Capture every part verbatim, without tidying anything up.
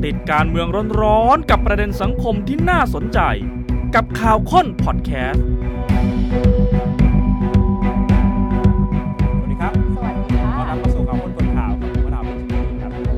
ติดการเมืองร้อนๆกับประเด็นสังคมที่น่าสนใจกับข่าวค้นพอดแคสต์สวัสดีครับสวัสดีค่ะต้อนรับเข้าสู่ข่าวค้นคนข่าวกับผมวราวุฒิครับค่ะ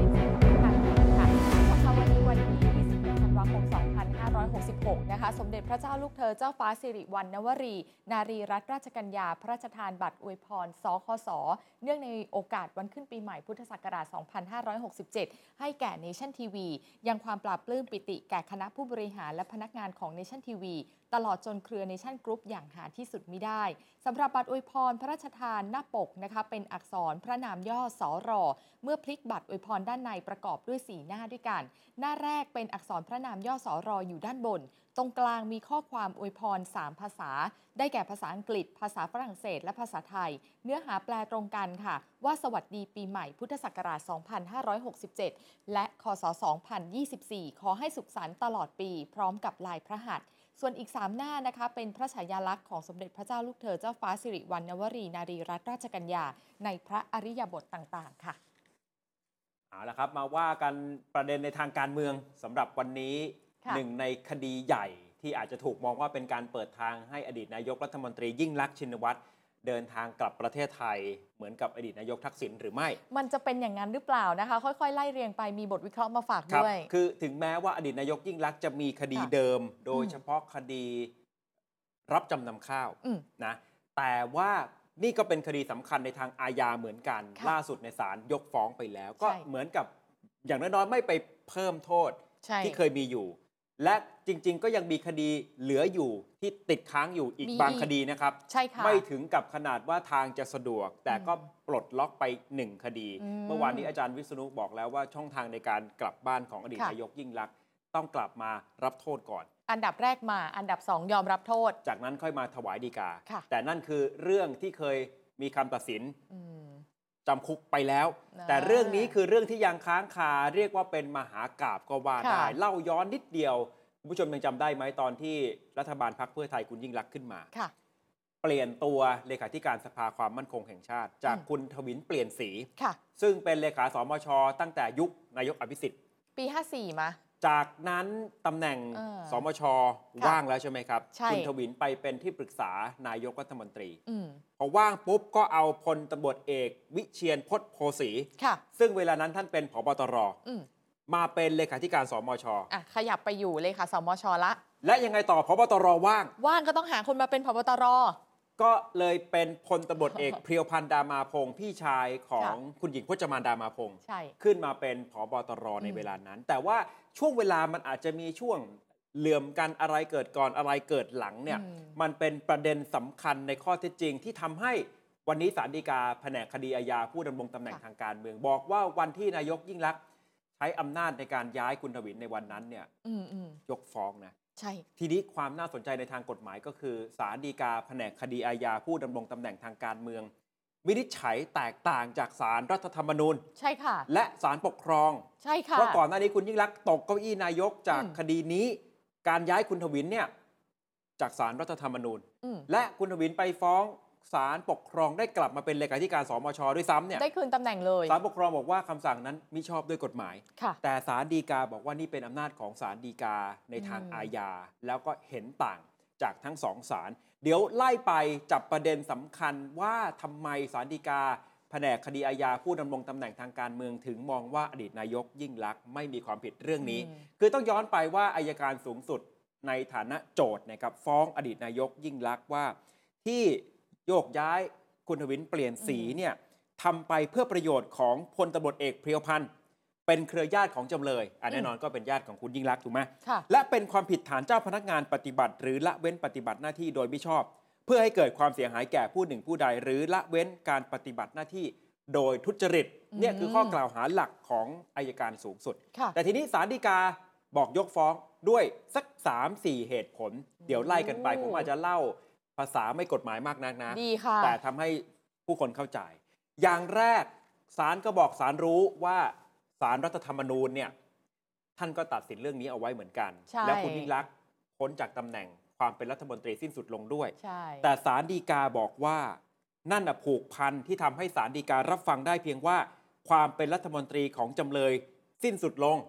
วันนี้วันที่ยี่สิบเอ็ดธันวาคมสองพันห้าร้อยหกสิบหกนะคะสมเด็จพระเจ้าลูกเธอเจ้าฟ้าสิริวัณณวรีนารีรัตนราชกัญญาพระราชทานบัตรอวยพรสคสเนื่องในโอกาสวันขึ้นปีใหม่พุทธศักราชสองพันห้าร้อยหกสิบเจ็ดให้แก่ Nation ที วี ยังความปราบปลื้มปิติแก่คณะผู้บริหารและพนักงานของ Nation ที วี ตลอดจนเครือ Nation Group อย่างหาที่สุดมิได้สำหรับบัตรอวยพรพระราชทานหน้าปกนะคะเป็นอักษรพระนามย่อสรเมื่อพลิกบัตรอวยพรด้านในประกอบด้วยสี่หน้าด้วยกันหน้าแรกเป็นอักษรพระนามย่อสรอยู่ด้านบนตรงกลางมีข้อความอวยพรสามภาษาได้แก่ภาษาอังกฤษภาษาฝรั่งเศสและภาษาไทยเนื้อหาแปลตรงกันค่ะว่าสวัสดีปีใหม่พุทธศักราชสองพันห้าร้อยหกสิบเจ็ดและคศสองพันยี่สิบสี่ขอให้สุขสันต์ตลอดปีพร้อมกับลายพระหัตถ์ส่วนอีกสามหน้านะคะเป็นพระฉายาลักษณ์ของสมเด็จพระเจ้าลูกเธอเจ้าฟ้าสิริวัณณวรีนารีรัตนราชกัญญาในพระอริยบทต่างๆค่ะเอาละครับมาว่ากันประเด็นในทางการเมืองสำหรับวันนี้หนึ่งในคดีใหญ่ที่อาจจะถูกมองว่าเป็นการเปิดทางให้อดีตนายกรัฐมนตรียิ่งลักษณ์ชินวัตรเดินทางกลับประเทศไทยเหมือนกับอดีตนายกทักษิณหรือไม่มันจะเป็นอย่างนั้นหรือเปล่านะคะค่อยๆไล่เรียงไปมีบทวิเคราะห์มาฝากด้วยคือถึงแม้ว่าอดีตนายกยิ่งลักษณ์จะมีคดีเดิมโดยเฉพาะคดีรับจำนำข้าวนะแต่ว่านี่ก็เป็นคดีสำคัญในทางอาญาเหมือนกันล่าสุดในศาลยกฟ้องไปแล้วก็เหมือนกับอย่างน้อยๆไม่ไปเพิ่มโทษที่เคยมีอยู่และจริงๆก็ยังมีคดีเหลืออยู่ที่ติดค้างอยู่อีกบางคดีนะครับไม่ถึงกับขนาดว่าทางจะสะดวกแต่ก็ปลดล็อกไปหนึ่งคดีเมื่อวานนี้อาจารย์วิษณุบอกแล้วว่าช่องทางในการกลับบ้านของอดีตนายกยิ่งลักษณ์ต้องกลับมารับโทษก่อนอันดับแรกมาอันดับสองยอมรับโทษจากนั้นค่อยมาถวายฎีกาแต่นั่นคือเรื่องที่เคยมีคำตัดสินจำคุกไปแล้วแต่เรื่องนี้คือเรื่องที่ยังค้างคาเรียกว่าเป็นมหากาพย์ก็ว่าได้เล่าย้อนนิดเดียวคุณผู้ชมยังจำได้ไหมตอนที่รัฐบาลพรรคเพื่อไทยคุณยิ่งลักษณ์ขึ้นมาเปลี่ยนตัวเลขาธิการสภาความมั่นคงแห่งชาติจากคุณทวินเปลี่ยนสีซึ่งเป็นเลขาสมช.ตั้งแต่ยุคนายกอภิสิทธิ์ปีห้าสี่มาจากนั้นตำแหน่งสมช.ว่างแล้วใช่ไหมครับคุณทวินไปเป็นที่ปรึกษานายกรัฐมนตรีพอว่างปุ๊บก็เอาพลตำรวจเอกวิเชียรพจน์โพสีซึ่งเวลานั้นท่านเป็นผบตรมาเป็นเลขาธิการสมช. อ่ะขยับไปอยู่เลขาสมช.ละและยังไงต่อผบตรว่างว่างก็ต้องหาคนมาเป็นผบตรก็เลยเป็นพลตำรวจเอกเพรียวพันธ์ดามาพงศ์พี่ชายของคุณหญิงพจมานดามาพงศ์ขึ้นมาเป็นผบตรในเวลานั้นแต่ว่าช่วงเวลามันอาจจะมีช่วงเหลื่อมกันอะไรเกิดก่อนอะไรเกิดหลังเนี่ยมันเป็นประเด็นสำคัญในข้อเท็จจริงที่ทำให้วันนี้ศาลฎีกาแผนกคดีอาญาผู้ดำรงตำแหน่งทางการเมืองบอกว่าวันที่นายกยิ่งลักษณ์ใช้อำนาจในการย้ายคุณทวินในวันนั้นเนี่ยยกฟ้องนะใช่ทีนี้ความน่าสนใจในทางกฎหมายก็คือศาลฎีกาแผนกคดีอาญาผู้ดำรงตำแหน่งทางการเมืองวินิจฉัยแตกต่างจากศาลรัฐธรรมนูญใช่ค่ะและศาลปกครองใช่ค่ะเพราะก่อนหน้านี้คุณยิ่งลักษณ์ตกเก้าอี้นายกจากคดีนี้การย้ายคุณทวินเนี่ยจากศาลรัฐธรรมนูญและคุณทวินไปฟ้องศาลปกครองได้กลับมาเป็นเลขาธิการสมช.ด้วยซ้ำเนี่ยได้คืนตำแหน่งเลยศาลปกครองบอกว่าคำสั่งนั้นมิชอบด้วยกฎหมายแต่ศาลฎีกาบอกว่านี่เป็นอำนาจของศาลฎีกาในทางอาญาแล้วก็เห็นต่างจากทั้งสองศาลเดี๋ยวไล่ไปจับประเด็นสำคัญว่าทำไมศาลฎีกาแผนกคดีอาญาผู้ดำรงตำแหน่งทางการเมืองถึงมองว่าอดีตนายกยิ่งลักษณ์ไม่มีความผิดเรื่องนี้คือต้องย้อนไปว่าอัยการสูงสุดในฐานะโจทย์นะครับฟ้องอดีตนายกยิ่งลักษณ์ว่าที่โยกย้ายคุณทวินเปลี่ยนสีเนี่ยทำไปเพื่อประโยชน์ของพลตำรวจเอกเพรียวพันธ์เป็นเครือญาติของจำเลยอ่ะแน่นอนก็เป็นญาติของคุณยิ่งลักษณ์ถูกไหมและเป็นความผิดฐานเจ้าพนักงานปฏิบัติหรือละเว้นปฏิบัติหน้าที่โดยมิชอบเพื่อให้เกิดความเสียหายแก่ผู้หนึ่งผู้ใดหรือละเว้นการปฏิบัติหน้าที่โดยทุจริตเนี่ยคือข้อกล่าวหาหลักของอัยการสูงสุดแต่ทีนี้ศาลฎีกาบอกยกฟ้องด้วยสัก สามสี่ เหตุผลเดี๋ยวไล่กันไปผมอาจจะเล่าภาษาไม่กฎหมายมากนักนะแต่ทำให้ผู้คนเข้าใจอย่างแรกศาลก็บอกศาลรู้ว่าศาลรัฐธรรมนูญเนี่ยท่านก็ตัดสินเรื่องนี้เอาไว้เหมือนกันแล้วคุณยิ่งลักษณ์พ้นจากตำแหน่งความเป็นรัฐมนตรีสิ้นสุดลงด้วยแต่ศาลฎีกาบอกว่านั่นน่ะผูกพันที่ทำให้ศาลฎีการับฟังได้เพียงว่าความเป็นรัฐมนตรีของจำเลยสิ้นสุดลง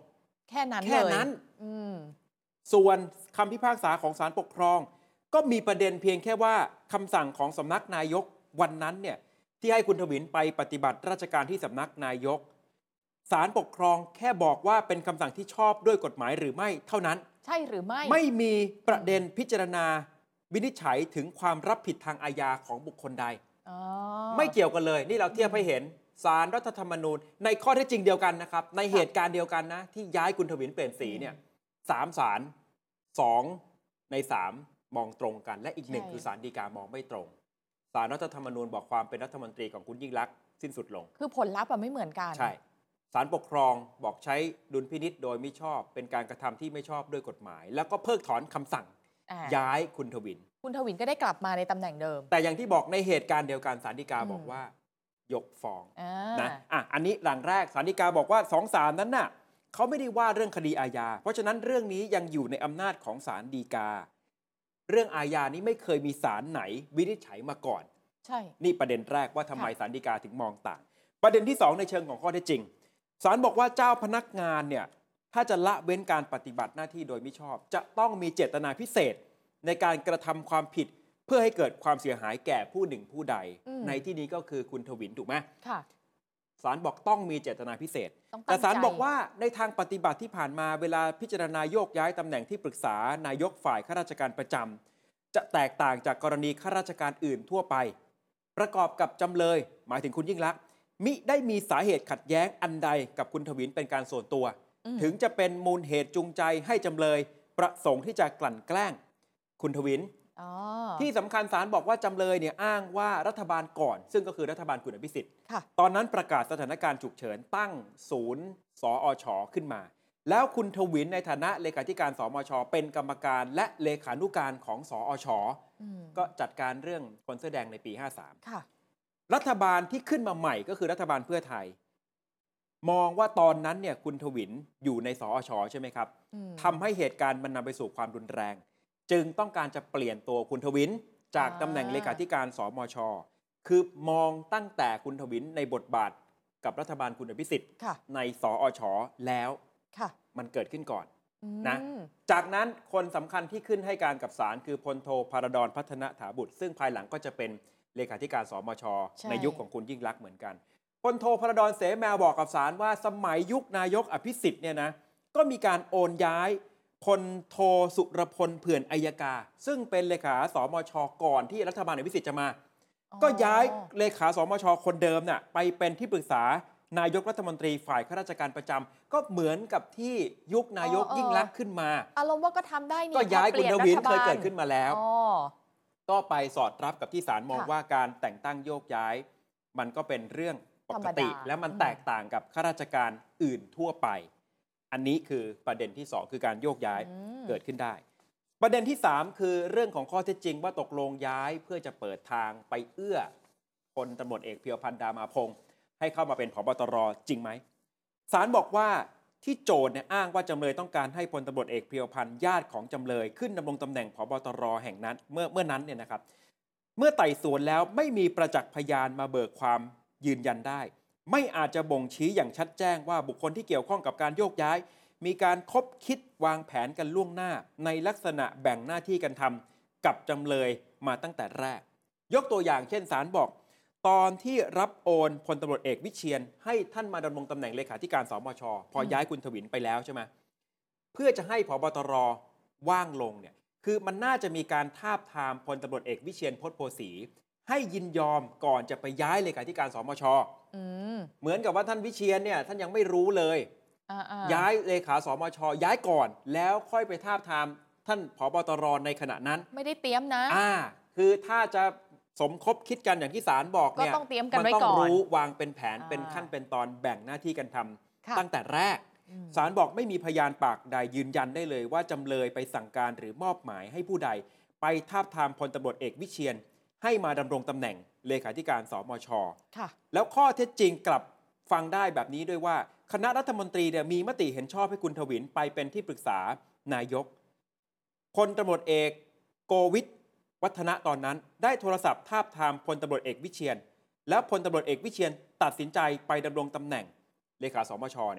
แค่นั้นเลยแค่นั้นอืมส่วนคำพิพากษาของศาลปกครองก็มีประเด็นเพียงแค่ว่าคำสั่งของสำนักนายกวันนั้นเนี่ยที่ให้คุณทวินไปปฏิบัติราชการที่สำนักนายกศาลปกครองแค่บอกว่าเป็นคำสั่งที่ชอบด้วยกฎหมายหรือไม่เท่านั้นใช่หรือไม่ไม่มีประเด็นพิจารณาวินิจฉัยถึงความรับผิดทางอาญาของบุคคลใดไม่เกี่ยวกันเลยนี่เราเทียบให้เห็นศาลรัฐธรรมนูญในข้อเท็จจริงเดียวกันนะครับในเหตุการณ์เดียวกันนะที่ย้ายคุณทวินเปลี่ยนสีเนี่ยสามศาลสองในสามมองตรงกันและอีกหนึ่งคือศาลฎีกามองไม่ตรงศาลรัฐธรรมนูญบอกความเป็นรัฐมนตรีของคุณยิ่งลักษณ์สิ้นสุดลงคือผลลัพธ์ไม่เหมือนกันใช่ศาลปกครองบอกใช้ดุลพินิจโดยมิชอบเป็นการกระทำที่ไม่ชอบด้วยกฎหมายแล้วก็เพิกถอนคำสั่งย้ายคุณทวินคุณทวินก็ได้กลับมาในตำแหน่งเดิมแต่อย่างที่บอกในเหตุการณ์เดียวกันศาลฎีกาบอกว่ายกฟ้องนะอ่ะอันนี้หลังแรกศาลฎีกาบอกว่าสองศาลนั้นน่ะเขาไม่ได้ว่าเรื่องคดีอาญาเพราะฉะนั้นเรื่องนี้ยังอยู่ในอำนาจของศาลฎีกาเรื่องอาญานี้ไม่เคยมีศาลไหนวินิจฉัยมาก่อนใช่นี่ประเด็นแรกว่าทำไมศาลฎีกาถึงมองต่างประเด็นที่สองในเชิงของข้อเท็จจริงศาลบอกว่าเจ้าพนักงานเนี่ยถ้าจะละเว้นการปฏิบัติหน้าที่โดยมิชอบจะต้องมีเจตนาพิเศษในการกระทำความผิดเพื่อให้เกิดความเสียหายแก่ผู้หนึ่งผู้ใดในที่นี้ก็คือคุณทวินถูกไหมค่ะศาลบอกต้องมีเจตนาพิเศษแต่ศาลบอกว่าในทางปฏิบัติที่ผ่านมาเวลาพิจารณาโยกย้ายตำแหน่งที่ปรึกษานายกฝ่ายข้าราชการประจำจะแตกต่างจากกรณีข้าราชการอื่นทั่วไปประกอบกับจำเลยหมายถึงคุณยิ่งลักษณ์มิได้มีสาเหตุขัดแย้งอันใดกับคุณทวินเป็นการส่วนตัวถึงจะเป็นมูลเหตุจูงใจให้จำเลยประสงค์ที่จะกลั่นแกล้งคุณทวินที่สำคัญศาลบอกว่าจำเลยเนี่ยอ้างว่ารัฐบาลก่อนซึ่งก็คือรัฐบาลคุณอภิสิทธิ์ตอนนั้นประกาศสถานการณ์ฉุกเฉินตั้งศูนย์สอช.ขึ้นมาแล้วคุณทวินในฐานะเลขาธิการสมช.เป็นกรรมการและเลขานุการของสอช.ก็จัดการเรื่องคนเสื้อแดงในปีห้าสามรัฐบาลที่ขึ้นมาใหม่ก็คือรัฐบาลเพื่อไทยมองว่าตอนนั้นเนี่ยคุณทวินอยู่ในสอช.ใช่ไหมครับทำให้เหตุการณ์มันนำไปสู่ความรุนแรงจึงต้องการจะเปลี่ยนตัวคุณทวินจากตำแหน่งเลขาธิการสมช.คือมองตั้งแต่คุณทวินในบทบาทกับรัฐบาลคุณอภิสิทธิ์ในสอช.แล้วมันเกิดขึ้นก่อนนะจากนั้นคนสำคัญที่ขึ้นให้การกับศาลคือพลโทพารดรพัฒนถาบุตรซึ่งภายหลังก็จะเป็นเลขาธิการสมช.ในยุคของคุณยิ่งลักษณ์เหมือนกันพลโทพารดรเสแมวบอกกับศาลว่าสมัยยุคนายกอภิสิทธิ์เนี่ยนะก็มีการโอนย้ายพลโทสุรพลเผื่อนอัยกาซึ่งเป็นเลขาสมช.ก่อนที่รัฐบาลอภิสิทธิ์จะมาก็ย้ายเลขาสมช.คนเดิมน่ะไปเป็นที่ปรึกษานายกรัฐมนตรีฝ่ายข้าราชการประจำก็เหมือนกับที่ยุคนายกยิ่งลักษณ์ขึ้นมาอารมณ์ว่าก็ทำได้นี่ก็ย้ายคุณทวินเคยเกิดขึ้นมาแล้วก็ไปสอดรับกับที่ศาลมองว่าการแต่งตั้งโยกย้ายมันก็เป็นเรื่องปกติและมันแตกต่างกับข้าราชการอื่นทั่วไปอันนี้คือประเด็นที่สองคือการโยกย้ายเกิดขึ้นได้ประเด็นที่สามคือเรื่องของข้อเท็จจริงว่าตกลงย้ายเพื่อจะเปิดทางไปเอื้อพลตำรวจเอกเพียวพันธ์ดามาพงศ์ให้เข้ามาเป็นผบตรจริงไหมศาลบอกว่าที่โจทก์เนี่ยอ้างว่าจำเลยต้องการให้พลตำรวจเอกเพียวพันธ์ญาติของจำเลยขึ้นดำรงตำแหน่งผบตรแห่งนั้นเมื่อเมื่อนั้นเนี่ยนะครับเมื่อไต่สวนแล้วไม่มีประจักษ์พยานมาเบิกความยืนยันได้ไม่อาจจะบ่งชี้อย่างชัดแจ้งว่าบุคคลที่เกี่ยวข้องกับการโยกย้ายมีการคบคิดวางแผนกันล่วงหน้าในลักษณะแบ่งหน้าที่กันทำกับจำเลยมาตั้งแต่แรกยกตัวอย่างเช่นศาลบอกตอนที่รับโอนพลตำรวจเอกวิเชียรให้ท่านมาดำรงตำแหน่งเลขาธิการสมช.พอย้ายคุณทวินไปแล้วใช่ไหมเพื่อจะให้ผบตรว่างลงเนี่ยคือมันน่าจะมีการทาบทามพลตำรวจเอกวิเชียรพจน์โพสีให้ยินยอมก่อนจะไปย้ายเลขาธิการสมช.เหมือนกับว่าท่านวิเชียรเนี่ยท่านยังไม่รู้เลยย้ายเลขาสมช.ย้ายก่อนแล้วค่อยไปทาบทามท่านผบตรในขณะนั้นไม่ได้เตรียมนะอ่าคือถ้าจะสมคบคิดกันอย่างที่ศาลบอกเนี่ยก็ต้องเตรียมกันไว้ก่อนมันต้องรู้วางเป็นแผนเป็นขั้นเป็นตอนแบ่งหน้าที่กันทำตั้งแต่แรกศาลบอกไม่มีพยานปากใดยืนยันได้เลยว่าจำเลยไปสั่งการหรือมอบหมายให้ผู้ใดไปทาบทามพลตำรวจเอกวิเชียรให้มาดำรงตำแหน่งเลขาธิการสมช.แล้วข้อเท็จจริงกลับฟังได้แบบนี้ด้วยว่าคณะรัฐมนตรีเนี่ยมีมติเห็นชอบให้คุณทวินไปเป็นที่ปรึกษานายกพลตำรวจเอกโกวิทวัฒนะตอนนั้นได้โทรศัพท์ทาบทามพลตำรวจเอกวิเชียรแล้วพลตำรวจเอกวิเชียรตัดสินใจไปดำรงตำแหน่งเลขาสมช.เนี่ย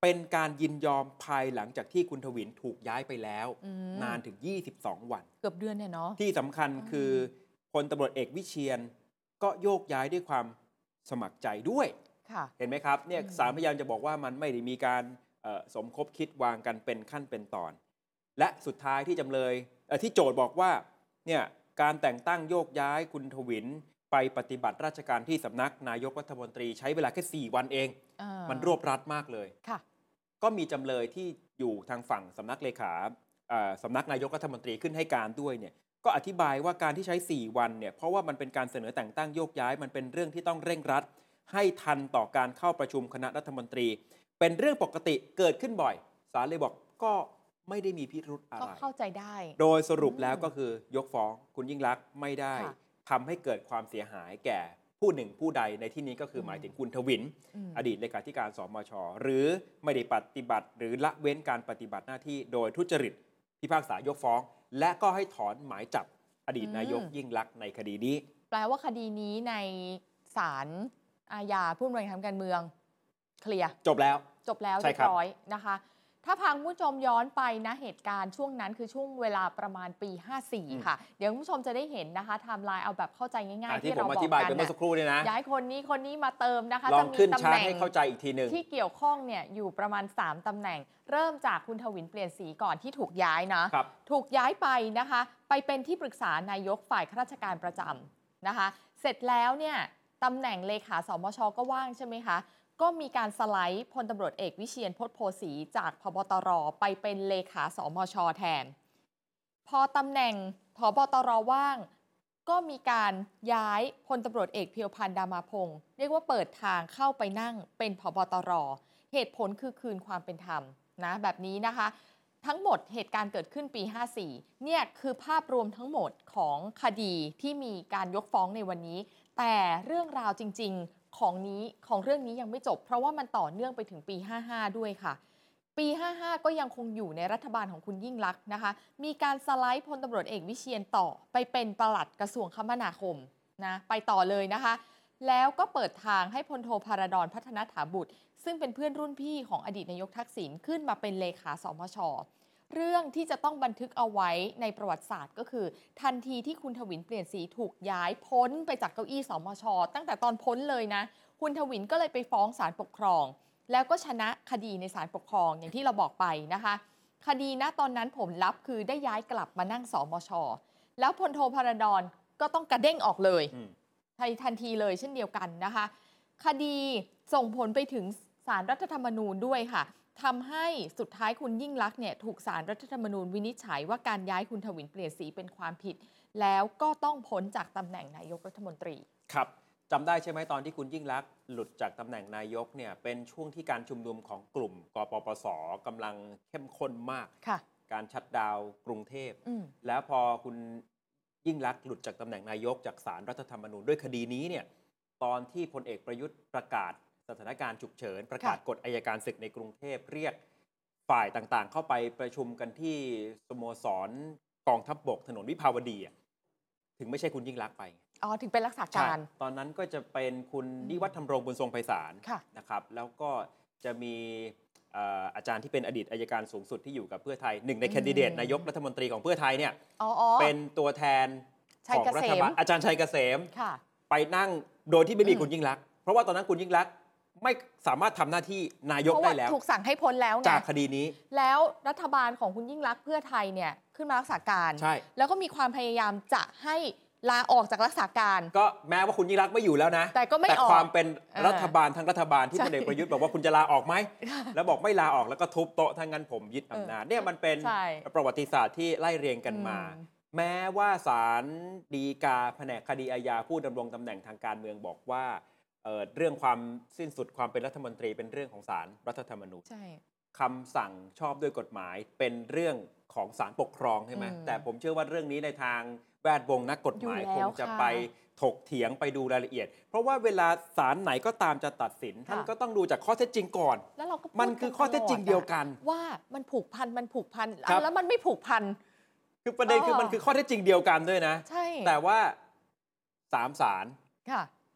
เป็นการยินยอมภายหลังจากที่คุณทวินถูกย้ายไปแล้วนานถึงยี่สิบสองวันเกือบเดือนเนี่ยเนาะที่สำคัญคือพลตำรวจเอกวิเชียรก็โยกย้ายด้วยความสมัครใจด้วยเห็นไหมครับเนี่ยศาลพยายามจะบอกว่ามันไม่ได้มีการสมคบคิดวางกันเป็นขั้นเป็นตอนและสุดท้ายที่จำเลยที่โจทย์บอกว่าเนี่ยการแต่งตั้งโยกย้ายคุณทวินไปปฏิบัติราชการที่สำนักนายกรัฐมนตรีใช้เวลาแค่สี่วันเองมันรวบรัดมากเลยก็มีจำเลยที่อยู่ทางฝั่งสำนักเลขาสำนักนายกรัฐมนตรีขึ้นให้การด้วยเนี่ยก็อธิบายว่าการที่ใช้สี่วันเนี่ยเพราะว่ามันเป็นการเสนอแต่งตั้งโยกย้ายมันเป็นเรื่องที่ต้องเร่งรัดให้ทันต่อการเข้าประชุมคณะรัฐมนตรีเป็นเรื่องปกติเกิดขึ้นบ่อยศาลเลยบอกก็ไม่ได้มีพิรุธอะไรก็เข้าใจได้โดยสรุปแล้วก็คือยกฟ้องคุณยิ่งลักษณ์ไม่ได้ทำให้เกิดความเสียหายแก่ผู้หนึ่งผู้ใดในที่นี้ก็คือหมายถึงคุณทวินอดีตเลขาธิการสมช.หรือไม่ได้ปฏิบัติหรือละเว้นการปฏิบัติหน้าที่โดยทุจริตพิพากษายกฟ้องและก็ให้ถอนหมายจับอดีตนายกยิ่งลักษณ์ในคดีนี้แปลว่าคดีนี้ในศาลอาญาผู้ดำเนินการเมืองเคลียร์จบแล้วจบแล้วเรียบร้อยนะคะถ้าพาคุณผู้ชมย้อนไปนะเหตุการณ์ช่วงนั้นคือช่วงเวลาประมาณปีห้าสี่ค่ะเดี๋ยวคุณผู้ชมจะได้เห็นนะคะไทม์ไลน์เอาแบบเข้าใจง่ายๆที่เราบอกกันนะย้ายคนนี้คนนี้มาเติมนะคะจะมีตำแหน่งให้เข้าใจอีกทีนึงที่เกี่ยวข้องเนี่ยอยู่ประมาณสามตำแหน่งเริ่มจากคุณทวินเปลี่ยนสีก่อนที่ถูกย้ายนะถูกย้ายไปนะคะไปเป็นที่ปรึกษานายกฝ่ายข้าราชการประจำนะคะเสร็จแล้วเนี่ยตำแหน่งเลขาสมช.ก็ว่างใช่ไหมคะก็มีการสไลด์พลตำรวจเอกวิเชียรพจน์โพสีจากผบตรไปเป็นเลขาสมช.แทนพอตำแหน่งผบตรว่างก็มีการย้ายพลตำรวจเอกเพียวพันธ์ดามาพงศ์เรียกว่าเปิดทางเข้าไปนั่งเป็นผบตรเหตุผลคือคืนความเป็นธรรมนะแบบนี้นะคะทั้งหมดเหตุการณ์เกิดขึ้นปีห้าสี่เนี่ยคือภาพรวมทั้งหมดของคดีที่มีการยกฟ้องในวันนี้แต่เรื่องราวจริงๆของนี้ของเรื่องนี้ยังไม่จบเพราะว่ามันต่อเนื่องไปถึงปีห้าห้าด้วยค่ะปีห้าห้าก็ยังคงอยู่ในรัฐบาลของคุณยิ่งลักษณ์นะคะมีการสไลด์พลตำรวจเอกวิเชียรต่อไปเป็นปลัดกระทรวงคมนาคมนะไปต่อเลยนะคะแล้วก็เปิดทางให้พลโทพาราดอนพัฒนถาบุตรซึ่งเป็นเพื่อนรุ่นพี่ของอดีตนายกทักษิณขึ้นมาเป็นเลขาสมช.เรื่องที่จะต้องบันทึกเอาไว้ในประวัติศาสตร์ก็คือทันทีที่คุณทวินเปลี่ยนสีถูกย้ายพ้นไปจากเก้าอี้สมช.ตั้งแต่ตอนพ้นเลยนะคุณทวินก็เลยไปฟ้องศาลปกครองแล้วก็ชนะคดีในศาลปกครองอย่างที่เราบอกไปนะคะคดีณตอนนั้นผลลัพธ์คือได้ย้ายกลับมานั่งสมช.แล้วพลโทพาราดอนก็ต้องกระเด้งออกเลยทันทีเลยเช่นเดียวกันนะคะคดีส่งผลไปถึงศาลรัฐธรรมนูญด้วยค่ะทำให้สุดท้ายคุณยิ่งลักษณ์เนี่ยถูกศาลรัฐธรรมนูญวินิจฉัยว่าการย้ายคุณทวินเปลี่ยนสีเป็นความผิดแล้วก็ต้องพ้นจากตำแหน่งนายกรัฐมนตรีครับจำได้ใช่ไหมตอนที่คุณยิ่งลักษณ์หลุดจากตำแหน่งนายกเนี่ยเป็นช่วงที่การชุมนุมของกลุ่มกปปส.กำลังเข้มข้นมากการชัตดาวน์กรุงเทพแล้วพอคุณยิ่งลักษณ์หลุดจากตำแหน่งนายกจากศาลรัฐธรรมนูญด้วยคดีนี้เนี่ยตอนที่พลเอกประยุทธ์ประกาศสถานการณ์ฉุกเฉินประกาศกฎอัยการศึกในกรุงเทพเรียกฝ่ายต่างๆเข้าไปประชุมกันที่สโมสรกองทัพบกถนนวิภาวดีถึงไม่ใช่คุณยิ่งลักษณ์ไปอ๋อถึงเป็นรักษาการตอนนั้นก็จะเป็นคุณนิวัฒน์ธรรมรงค์บุญทรงไพศาลนะครับแล้วก็จะมีอาจารย์ที่เป็นอดีตอัยการสูงสุดที่อยู่กับเพื่อไทยหนึ่งในแคนดิเดตนายกรัฐมนตรีของเพื่อไทยเนี่ยเป็นตัวแทนของรัฐบาลอาจารย์ชัยเกษมไปนั่งโดยที่ไม่มีคุณยิ่งลักษณ์เพราะว่าตอนนั้นคุณยิ่งลักษณ์ไม่สามารถทำหน้าที่นายกได้แล้วถูกสั่งให้พ้นแล้วไงจากคดีนี้แล้วรัฐบาลของคุณยิ่งลักษณ์เพื่อไทยเนี่ยขึ้นมารักษาการใช่แล้วก็มีความพยายามจะให้ลาออกจากรักษาการก็แม้ว่าคุณยิ่งลักษณ์ไม่อยู่แล้วนะแต่ก็ไม่ออกแต่ความเป็นรัฐบาลทั้งรัฐบาลที่พลเอกประยุทธ์บอกว่าคุณจะลาออกไหมแล้วบอกไม่ลาออกแล้วก็ทุบโต๊ะถ้างั้นผมยึดอำนาจเนี่ยมันเป็นประวัติศาสตร์ที่ไล่เรียงกันมาแม้ว่าศาลฎีกาแผนกคดีอาญาผู้ดำรงตำแหน่งทางการเมืองบอกว่าเอ่อเรื่องความสิ้นสุดความเป็นรัฐมนตรีเป็นเรื่องของศาลรัฐธรรมนูญคำสั่งชอบด้วยกฎหมายเป็นเรื่องของศาลปกครองใช่ไหมแต่ผมเชื่อว่าเรื่องนี้ในทางแวดวงนักกฎหมายคงจะไปถกเถียงไปดูรายละเอียดเพราะว่าเวลาศาลไหนก็ตามจะตัดสินท่านก็ต้องดูจากข้อเท็จจริงก่อนแล้วเราก็มันคือข้อเท็จจริงเดียวกันว่ามันผูกพันมันผูกพันแล้วมันไม่ผูกพันคือประเด็นคือมันคือข้อเท็จจริงเดียวกันด้วยนะใช่แต่ว่าสามศาล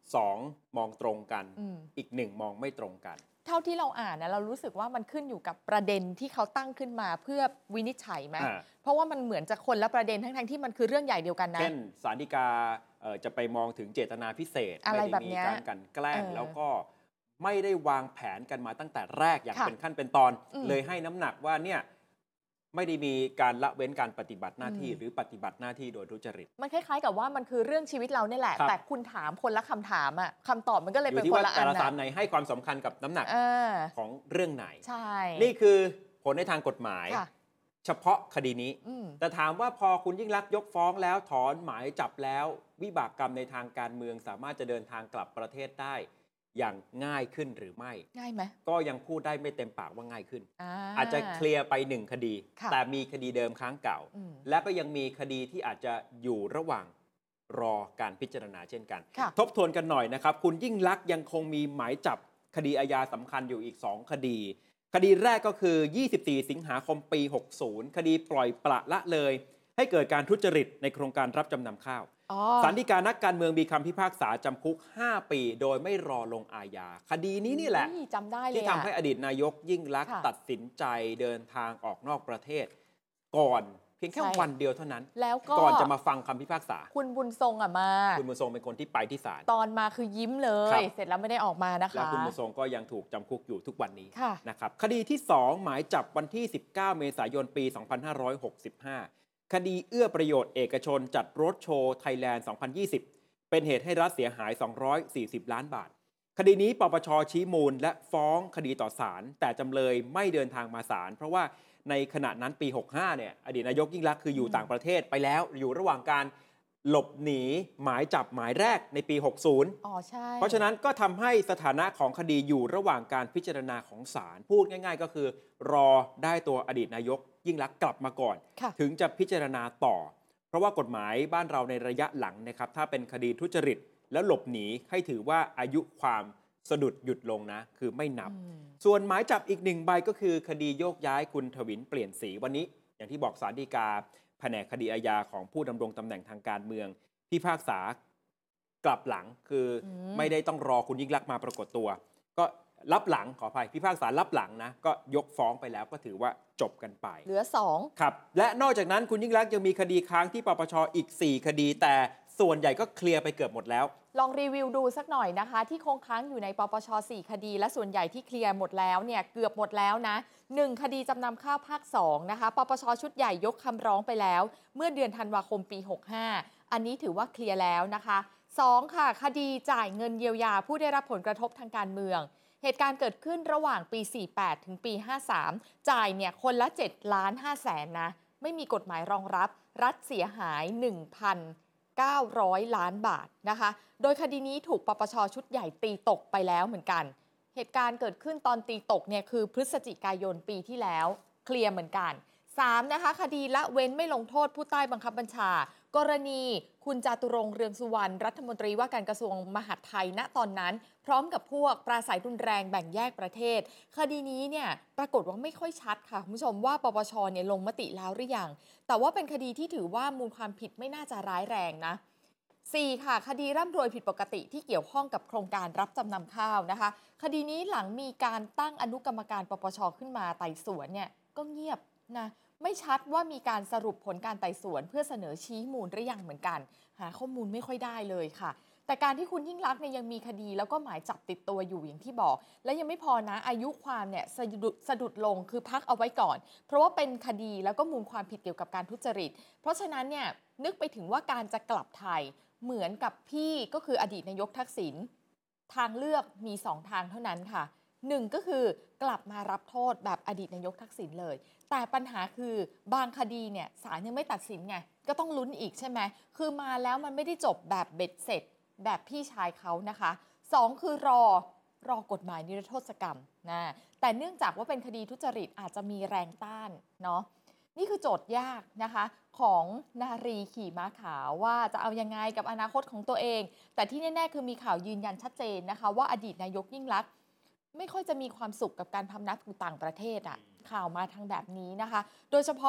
สองมองตรงกันอืมอีกหนึ่งมองไม่ตรงกันเท่าที่เราอ่านนะเรารู้สึกว่ามันขึ้นอยู่กับประเด็นที่เขาตั้งขึ้นมาเพื่อวินิจฉัยไหมอ่าเพราะว่ามันเหมือนจะคนละประเด็นทั้งๆที่มันคือเรื่องใหญ่เดียวกันนะเช่นศาลฎีกาเอ่อจะไปมองถึงเจตนาพิเศษอะไรไม่แบได้บมีเนี้ยการกลั่นแกล้งเออแล้วก็ไม่ได้วางแผนกันมาตั้งแต่แรกอย่างค่ะเป็นขั้นเป็นตอนอืมเลยให้น้ำหนักว่าเนี่ยไม่ได้มีการละเว้นการปฏิบัติหน้าที่อืมหรือปฏิบัติหน้าที่โดยทุจริตมันคล้ายๆกับว่ามันคือเรื่องชีวิตเราเนี่ยแหละครับแต่คุณถามคนละคำถามอะคำตอบมันก็เลยอเป็นยู่ที่คนว่าละอัแต่นละศาลนะไหนให้ความสำคัญกับน้ำหนักเออของเรื่องไหนใช่นี่คือผลในทางกฎหมายค่ะเฉพาะคดีนี้อืมแต่ถามว่าพอคุณยิ่งลักษณ์ยกฟ้องแล้วถอนหมายจับแล้ว วิบากกรรมในทางการเมืองสามารถจะเดินทางกลับประเทศได้ อย่างง่ายขึ้นหรือไม่ง่ายไหมก็ยังพูดได้ไม่เต็มปากว่าง่ายขึ้นอ่าอาจจะเคลียร์ไปหนึ่งคดีค่ะแต่มีคดีเดิมค้างเก่าอืมและก็ยังมีคดีที่อาจจะอยู่ระหว่างรอการพิจารณาเช่นกันค่ะทบทวนกันหน่อยนะครับ คุณยิ่งลักษณ์ยังคงมีหมายจับคดีอาญาสำคัญอยู่อีกสองคดี คดีแรกก็คือ ยี่สิบสี่ สิงหาคมปี หกสิบ คดีปล่อยปละละเลย ให้เกิดการทุจริตในโครงการรับจำนำข้าวอ๋อศาลฎีกานักการเมืองมีคำพิพากษาจำคุก ห้า ปี โดยไม่รอลงอาญา คดีนี้นี่แหละจำได้เลยที่ทำให้อะอดีตนายกยิ่งลักษณ์ค่ะตัดสินใจเดินทางออกนอกประเทศ ก่อนเพียงแค่ใช่วันเดียวเท่านั้นแล้วก็ก่อนจะมาฟังคำพิพากษาคุณบุญทรงอ่ะมาคุณบุญทรงเป็นคนที่ไปที่ศาลตอนมาคือยิ้มเลครัยบเสร็จแล้วไม่ได้ออกมานะคะแล้วคุณบุญทรงก็ยังถูกจำคุกอยู่ทุกวันนี้ค่ะนะครับคดีที่ สอง หมายจับวันที่ สิบเก้า เมษายน ปี สองพันห้าร้อยหกสิบห้า คดีเอื้อประโยชน์เอกชนจัดรถโชว์ไทยแลนด์ สองพันยี่สิบ เป็นเหตุให้รัฐเสียหาย สองร้อยสี่สิบ ล้านบาท คดีนี้ปปชชี้มูลและฟ้องคดีต่อศาลแต่จำเลยไม่เดินทางมาศาลเพราะว่าในขณะนั้นปี หกสิบห้า เนี่ยอดีตนายกยิ่งลักษณ์คืออยู่อืมต่างประเทศไปแล้วอยู่ระหว่างการหลบหนีหมายจับหมายแรกในปี หกสิบอ๋อใช่เพราะฉะนั้นก็ทำให้สถานะของคดีอยู่ระหว่างการพิจารณาของศาลพูดง่ายๆ ก็คือ รอได้ตัวอดีตนายกยิ่งลักษณ์กลับมาก่อนค่ะถึงจะพิจารณาต่อ เพราะว่ากฎหมายบ้านเราในระยะหลังนะครับถ้าเป็นคดีทุจริตแล้วหลบหนีให้ถือว่าอายุความสะดุดหยุดลงนะคือไม่นับอืมส่วนหมายจับอีกหนึ่งใบก็คือคดีโยกย้ายคุณถวินเปลี่ยนสีวันนี้ อย่างที่บอกศาลฎีกาแผนกคดีอาญาของผู้ดำรงตำแหน่งทางการเมืองพิพากษากลับหลังคืออมไม่ได้ต้องรอคุณยิ่งลักษณ์มาปรากฏตัว ก็รับหลังขออภัยพิพากษารับหลังนะก็ยกฟ้องไปแล้วก็ถือว่าจบกันไปเหลือสองครับและนอกจากนั้นคุณยิ่งลักษณ์ยังมีคดีค้างที่ปปชอีก สี่ คดี แต่ส่วนใหญ่ก็เคลียร์ไปเกือบหมดแล้วลองรีวิวดูสักหน่อยนะคะ ที่คงค้างอยู่ในปปชสี่คดี และส่วนใหญ่ที่เคลียร์หมดแล้วเนี่ยเกือบหมดแล้วนะหนึ่งคดีจำนำข้าวภาคสองนะคะปปชชุดใหญ่ยกคำร้องไปแล้ว เมื่อเดือนธันวาคมปี หกสิบห้า อันนี้ถือว่าเคลียร์แล้วนะคะสองค่ะคดีจ่ายเงินเยียวยาผู้ได้รับผลกระทบทางการเมือง เหตุการณ์เกิดขึ้นระหว่างปี สี่สิบแปด ถึงปี ห้าสิบสาม จ่ายเนี่ยคนละ เจ็ดล้านห้าแสนนะไม่มีกฎหมายรองรับรัฐเสียหาย หนึ่งพันเก้าร้อย ล้านบาทนะคะ โดยคดีนี้ถูกปปชชุดใหญ่ตีตกไปแล้วเหมือนกัน เหตุการณ์เกิดขึ้นตอนตีตกเนี่ยคือพฤศจิกายนปีที่แล้วเคลียร์เหมือนกัน สามนะคะคดีละเว้นไม่ลงโทษผู้ใต้บังคับบัญชา กรณีคุณจาตุรงค์เรืองสุวรรณรัฐมนตรีว่าการกระทรวงมหาดไทยณตอนนั้น พร้อมกับพวกปราศัยรุนแรงแบ่งแยกประเทศ คดีนี้เนี่ยปรากฏว่าไม่ค่อยชัดค่ะคุณผู้ชมว่าปปชเนี่ยลงมติแล้วหรือยังแต่ว่าเป็นคดีที่ถือว่ามูลความผิดไม่น่าจะร้ายแรงนะ สี่ค่ะคดีร่ำรวยผิดปกติที่เกี่ยวข้องกับโครงการรับจำนำข้าวนะคะ คดีนี้หลังมีการตั้งอนุกรรมการปปชขึ้นมาไต่สวนเนี่ยก็เงียบนะไม่ชัดว่ามีการสรุปผลการไต่สวนเพื่อเสนอชี้มูลหรือยังเหมือนกัน หาข้อมูลไม่ค่อยได้เลยค่ะ แต่การที่คุณยิ่งลักษณ์เนี่ยยังมีคดีแล้วก็หมายจับติดตัวอยู่อย่างที่บอก และยังไม่พอนะอายุความเนี่ยสะดุดสะดุดลงคือพักเอาไว้ก่อน เพราะว่าเป็นคดีแล้วก็มูลความผิดเกี่ยวกับการทุจริต เพราะฉะนั้นเนี่ยนึกไปถึงว่าการจะกลับไทยเหมือนกับพี่ก็คืออดีตนายกทักษิณทางเลือกมีสองทางเท่านั้นค่ะหนึ่งก็คือกลับมารับโทษแบบอดีตนายกทักษิณเลย แต่ปัญหาคือบางคดีเนี่ยศาลยังไม่ตัดสินไงก็ต้องลุ้นอีกใช่ไหมคือมาแล้วมันไม่ได้จบแบบเบ็ดเสร็จแบบพี่ชายเขานะคะสองคือรอรอกฎหมายนิรโทษกรรมนะแต่เนื่องจากว่าเป็นคดีทุจริตอาจจะมีแรงต้านเนาะนี่คือโจทย์ยากนะคะของนารีขี่ม้าขาวว่าจะเอายังไงกับอนาคตของตัวเองแต่ที่แน่ๆคือมีข่าวยืนยันชัดเจนนะคะว่าอดีตนายกยิ่งลักษณ์ไม่ค่อยจะมีความสุขกับการพำนักอยู่ต่างประเทศอะข่าวมาทางแบบนี้นะคะโดยเฉพาะพ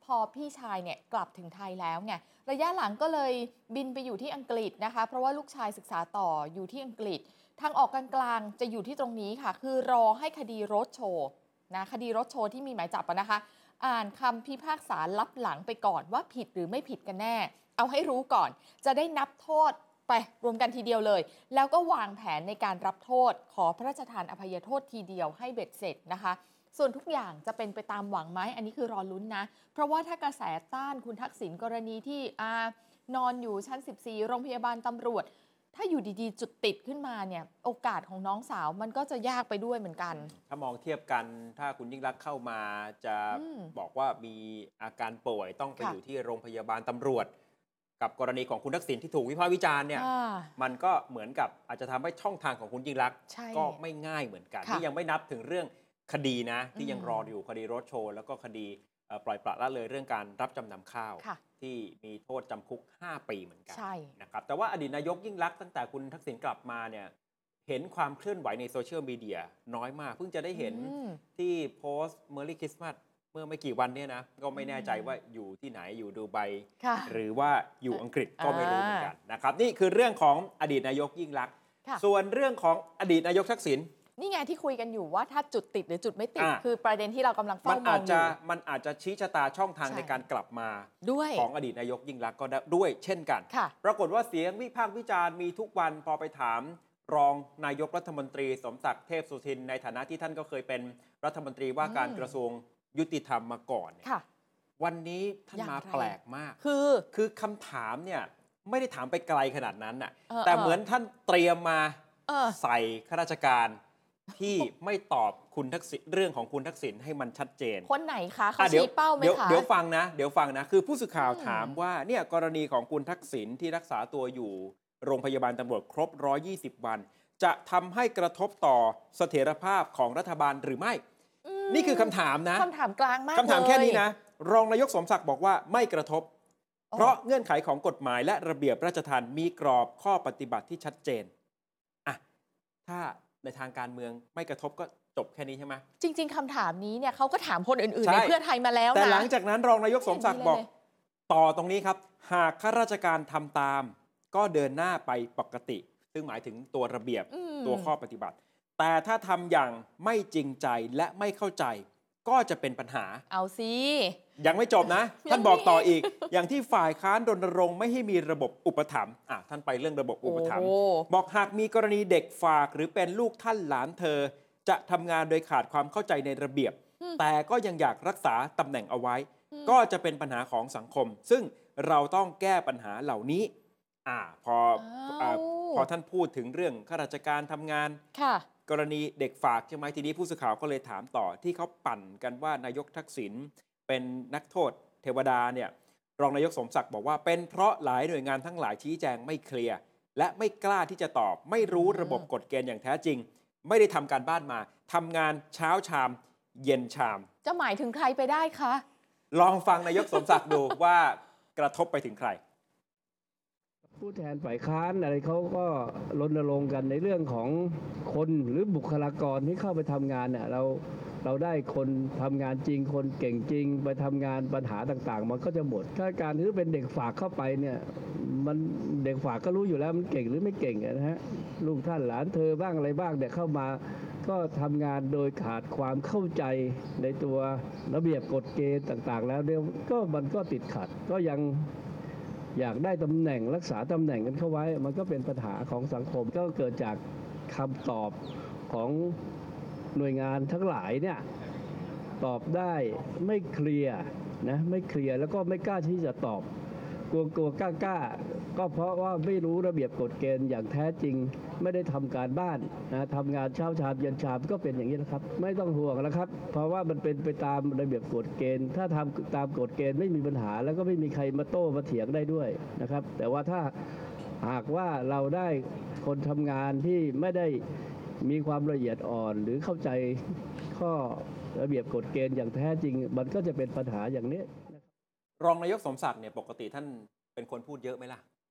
พอพี่ชายเนี่ยกลับถึงไทยแล้วไงระยะหลังก็เลยบินไปอยู่ที่อังกฤษนะคะเพราะว่าลูกชายศึกษาต่ออยู่ที่อังกฤษทางออกกลางๆจะอยู่ที่ตรงนี้ค่ะคือรอให้คดีโรดโชว์นะคดีโรดโชว์ที่มีหมายจับนะคะอ่านคำพิพากษาลับหลังไปก่อนว่าผิดหรือไม่ผิดกันแน่เอาให้รู้ก่อนจะได้นับโทษไปรวมกันทีเดียวเลยแล้วก็วางแผนในการรับโทษขอพระราชทานอภัยโทษทีเดียวให้เบ็ดเสร็จนะคะส่วนทุกอย่างจะเป็นไปตามหวังไหมอันนี้คือรอลุ้นนะเพราะว่าถ้ากระแสต้านคุณทักษิณกรณีที่อานอนอยู่ชั้นสิบสี่โรงพยาบาลตำรวจถ้าอยู่ดีๆจุดติดขึ้นมาเนี่ยโอกาสของน้องสาวมันก็จะยากไปด้วยเหมือนกันถ้ามองเทียบกันถ้าคุณยิ่งรักษณ์เข้ามาจะบอกว่ามีอาการป่วยต้องไปอยู่ที่โรงพยาบาลตำรวจกับกรณีของคุณทักษิณที่ถูกวิพากษ์วิจารณ์เนี่ยมันก็เหมือนกับอาจจะทำให้ช่องทางของคุณยิ่งรักษณ์ก็ไม่ง่ายเหมือนกันที่ยังไม่นับถึงเรื่องคดีนะที่ยังรออยู่คดีโรดโชว์แล้วก็คดีปล่อยปละละเลยเรื่องการรับจำนำข้าวที่มีโทษจำคุกห้าปีเหมือนกันนะครับแต่ว่าอดีตนายกยิ่งรักษณ์ตั้งแต่คุณทักษิณกลับมาเนี่ยเห็นความเคลื่อนไหวในโซเชียลมีเดียน้อยมากเพิ่งจะได้เห็นที่โพสต์ Merry Christmas เมื่อไม่กี่วันนี้นะก็ไม่แน่ใจว่าอยู่ที่ไหนอยู่ดูไบหรือว่าอยู่อังกฤษก็ไม่รู้เหมือนกันนะครับนี่คือเรื่องของอดีตนายกยิ่งรักษณ์ส่วนเรื่องของอดีตนายกทักษิณนี่ไงที่คุยกันอยู่ว่าถ้าจุดติดหรือจุดไม่ติดคือประเด็นที่เรากำลังเฝ้ามองอยู่มันอาจจะชี้ชะตาช่องทางในการกลับมาของอดีตนายกยิ่งรักษณ์ก็ด้วยเช่นกันปรากฏว่าเสียงวิพากษ์วิจารณ์มีทุกวันพอไปถามรองนายกรัฐมนตรีสมศักดิ์เทพสุทินในฐานะที่ท่านก็เคยเป็นรัฐมนตรีว่าการกระทรวงยุติธรรมมาก่อนวันนี้ท่านมาแปลกมากคือคือคำถามเนี่ยไม่ได้ถามไปไกลขนาดนั้นน่ะแต่เหมือนท่านเตรียมมาใส่ข้าราชการที่ไม่ตอบคุณทักษิณเรื่องของคุณทักษิณให้มันชัดเจนคนไหนคะเขาชี้เป้าไหมคะเดี๋ยวฟังนะเดี๋ยวฟังนะคือผู้สื่อข่าวถามว่าเนี่ยกรณีของคุณทักษิณที่รักษาตัวอยู่โรงพยาบาลตำรวจครบหนึ่งร้อยยี่สิบวันจะทำให้กระทบต่อเสถียรภาพของรัฐบาลหรือไม่นี่คือคำถามนะคำถามกลางมากคำถามแค่นี้นะรองนายกสมศักดิ์บอกว่าไม่กระทบเพราะเงื่อนไขของกฎหมายและระเบียบราชทัณฑ์มีกรอบข้อปฏิบัติที่ชัดเจนอ่ะถ้าในทางการเมืองไม่กระทบก็จบแค่นี้ใช่ไหมจริงๆคำถามนี้เนี่ยเขาก็ถามคนอื่นๆในเพื่อไทยมาแล้วนะแต่หลังจากนั้นรองนายกสมศักดิ์บอกต่อตรงนี้ครับหากข้าราชการทำตามก็เดินหน้าไปปกติซึ่งหมายถึงตัวระเบียบตัวข้อปฏิบัติแต่ถ้าทำอย่างไม่จริงใจและไม่เข้าใจก็จะเป็นปัญหาเอาสิยังไม่จบนะ ท่านบอกต่ออีก อย่างที่ฝ่ายค้านรณรงค์ไม่ให้มีระบบอุปถัมภ์อ่ะท่านไปเรื่องระบบอุปถัมภ์บอกหากมีกรณีเด็กฝากหรือเป็นลูกท่านหลานเธอจะทำงานโดยขาดความเข้าใจในระเบียบแต่ก็ยังอยากรักษาตำแหน่งเอาไว้ก็จะเป็นปัญหาของสังคมซึ่งเราต้องแก้ปัญหาเหล่านี้อ่าพออ่าพอท่านพูดถึงเรื่องข้าราชการทำงานกรณีเด็กฝากใช่ไหมทีนี้ผู้สื่อข่าวก็เลยถามต่อที่เขาปั่นกันว่านายกทักษิณเป็นนักโทษเทวดาเนี่ยรองนายกสมศักดิ์บอกว่าเป็นเพราะหลายหน่วยงานทั้งหลายชี้แจงไม่เคลียร์และไม่กล้าที่จะตอบไม่รู้ระบบกฎเกณฑ์อย่างแท้จริงไม่ได้ทำการบ้านมาทำงานเช้าชามเย็นชามจะหมายถึงใครไปได้คะลองฟังนายกสมศักดิ์ดูว่ากระทบไปถึงใครผู้แทนฝ่ายค้านอะไรเขาก็รณรงค์กันในเรื่องของคนหรือบุคลากรที่เข้าไปทำงานเนี่ยเราเราได้คนทำงานจริงคนเก่งจริงไปทำงานปัญหาต่างๆมันก็จะหมดถ้าการที่เป็นเด็กฝากเข้าไปเนี่ยมันเด็กฝากก็รู้อยู่แล้วมันเก่งหรือไม่เก่งนะฮะลูกท่านหลานเธอบ้างอะไรบ้างเด็กเข้ามาก็ทำงานโดยขาดความเข้าใจในตัวระเบียบกฎเกณฑ์ต่างๆแล้วเดี๋ยวก็มันก็ติดขัดก็ยังอยากได้ตำแหน่งรักษาตำแหน่งกันเข้าไว้มันก็เป็นปัญหาของสังคมก็เกิดจากคำตอบของหน่วยงานทั้งหลายเนี่ยตอบได้ไม่เคลียร์นะไม่เคลียร์แล้วก็ไม่กล้าที่จะตอบกลัวกลัวกล้ากล้าก็เพราะว่าไม่รู้ระเบียบกฎเกณฑ์อย่างแท้จริงไม่ได้ทำการบ้านนะทำงานเช้าชามเย็นชามก็เป็นอย่างนี้นะครับไม่ต้องห่วงนะครับเพราะว่ามันเป็นไปตามระเบียบกฎเกณฑ์ถ้าทำตามกฎเกณฑ์ไม่มีปัญหาแล้วก็ไม่มีใครมาโต้มาเถียงได้ด้วยนะครับแต่ว่าถ้าหากว่าเราได้คนทำงานที่ไม่ได้มีความละเอียดอ่อนหรือเข้าใจข้อระเบียบกฎเกณฑ์อย่างแท้จริงมันก็จะเป็นปัญหาอย่างนี้รองนายกสมศักดิ์เนี่ยปกติท่านเป็นคนพูดเยอะไหมล่ะ